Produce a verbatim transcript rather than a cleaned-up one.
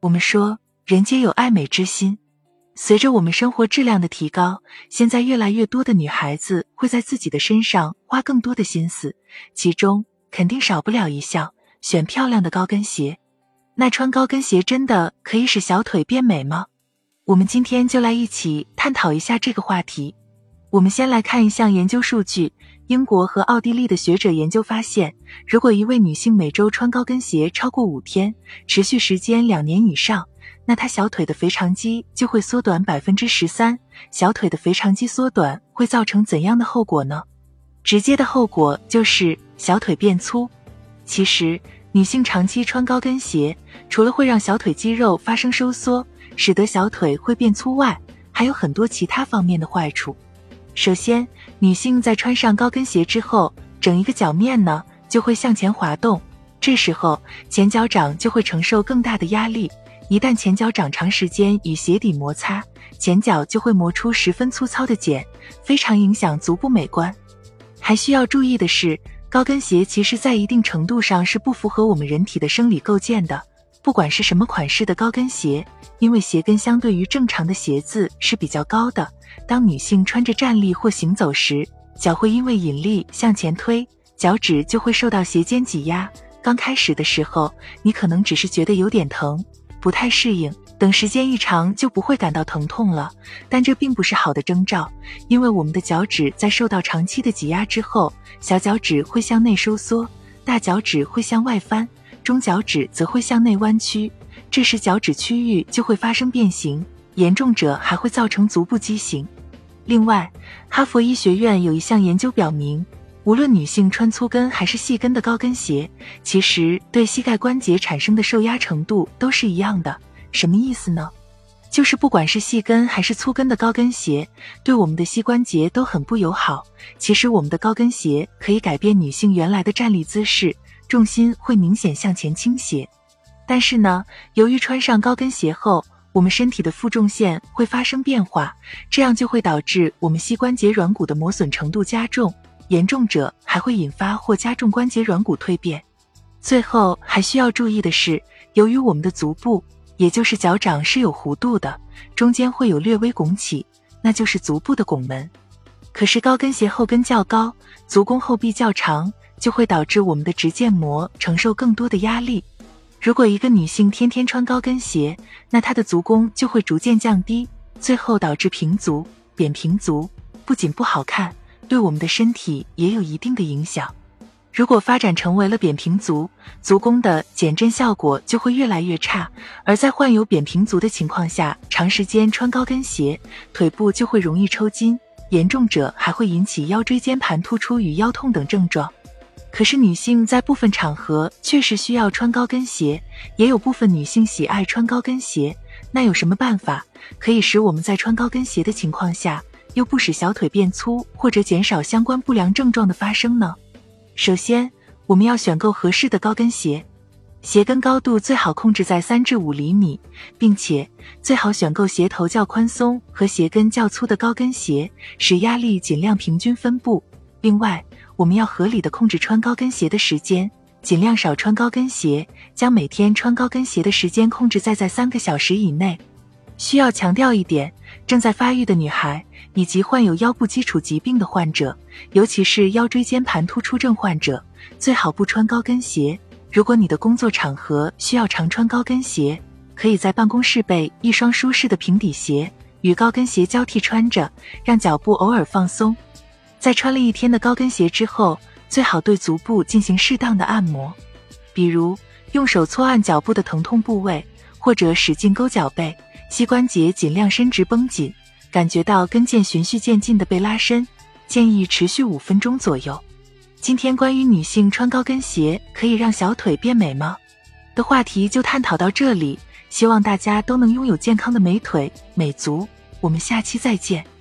我们说，人皆有爱美之心。随着我们生活质量的提高，现在越来越多的女孩子会在自己的身上花更多的心思，其中肯定少不了一项，选漂亮的高跟鞋。那穿高跟鞋真的可以使小腿变美吗？我们今天就来一起探讨一下这个话题。我们先来看一项研究数据，英国和奥地利的学者研究发现，如果一位女性每周穿高跟鞋超过五天，持续时间两年以上，那她小腿的肥肠肌就会缩短 百分之十三。 小腿的肥肠肌缩短会造成怎样的后果呢？直接的后果就是小腿变粗。其实女性长期穿高跟鞋，除了会让小腿肌肉发生收缩，使得小腿会变粗外，还有很多其他方面的坏处。首先，女性在穿上高跟鞋之后，整一个脚面呢就会向前滑动，这时候前脚掌就会承受更大的压力，一旦前脚掌长时间与鞋底摩擦，前脚就会磨出十分粗糙的茧，非常影响足部美观。还需要注意的是，高跟鞋其实在一定程度上是不符合我们人体的生理构建的，不管是什么款式的高跟鞋，因为鞋跟相对于正常的鞋子是比较高的，当女性穿着站立或行走时，脚会因为引力向前推，脚趾就会受到鞋尖挤压。刚开始的时候，你可能只是觉得有点疼，不太适应，等时间一长就不会感到疼痛了，但这并不是好的征兆，因为我们的脚趾在受到长期的挤压之后，小脚趾会向内收缩，大脚趾会向外翻，中脚趾则会向内弯曲，这时脚趾区域就会发生变形，严重者还会造成足部畸形。另外，哈佛医学院有一项研究表明，无论女性穿粗跟还是细跟的高跟鞋，其实对膝盖关节产生的受压程度都是一样的。什么意思呢？就是不管是细跟还是粗跟的高跟鞋，对我们的膝关节都很不友好。其实我们的高跟鞋可以改变女性原来的站立姿势，重心会明显向前倾斜。但是呢，由于穿上高跟鞋后，我们身体的负重线会发生变化，这样就会导致我们膝关节软骨的磨损程度加重，严重者还会引发或加重关节软骨蜕变。最后还需要注意的是，由于我们的足部，也就是脚掌是有弧度的，中间会有略微拱起，那就是足部的拱门。可是高跟鞋后跟较高，足弓后壁较长，就会导致我们的直腱膜承受更多的压力。如果一个女性天天穿高跟鞋，那她的足弓就会逐渐降低，最后导致平足、扁平足，不仅不好看，对我们的身体也有一定的影响。如果发展成为了扁平足，足弓的减震效果就会越来越差，而在患有扁平足的情况下，长时间穿高跟鞋，腿部就会容易抽筋，严重者还会引起腰椎间盘突出与腰痛等症状。可是女性在部分场合确实需要穿高跟鞋，也有部分女性喜爱穿高跟鞋，那有什么办法可以使我们在穿高跟鞋的情况下，又不使小腿变粗或者减少相关不良症状的发生呢？首先，我们要选购合适的高跟鞋，鞋跟高度最好控制在三至五厘米，并且最好选购鞋头较宽松和鞋跟较粗的高跟鞋，使压力尽量平均分布。另外，我们要合理的控制穿高跟鞋的时间，尽量少穿高跟鞋，将每天穿高跟鞋的时间控制在在三个小时以内。需要强调一点，正在发育的女孩以及患有腰部基础疾病的患者，尤其是腰椎间盘突出症患者，最好不穿高跟鞋。如果你的工作场合需要常穿高跟鞋，可以在办公室备一双舒适的平底鞋，与高跟鞋交替穿着，让脚部偶尔放松。在穿了一天的高跟鞋之后，最好对足部进行适当的按摩，比如用手搓按脚部的疼痛部位，或者使劲勾脚背，膝关节尽量伸直绷紧，感觉到跟腱循序渐进的被拉伸，建议持续五分钟左右。今天关于女性穿高跟鞋可以让小腿变美吗的话题就探讨到这里，希望大家都能拥有健康的美腿、美足，我们下期再见。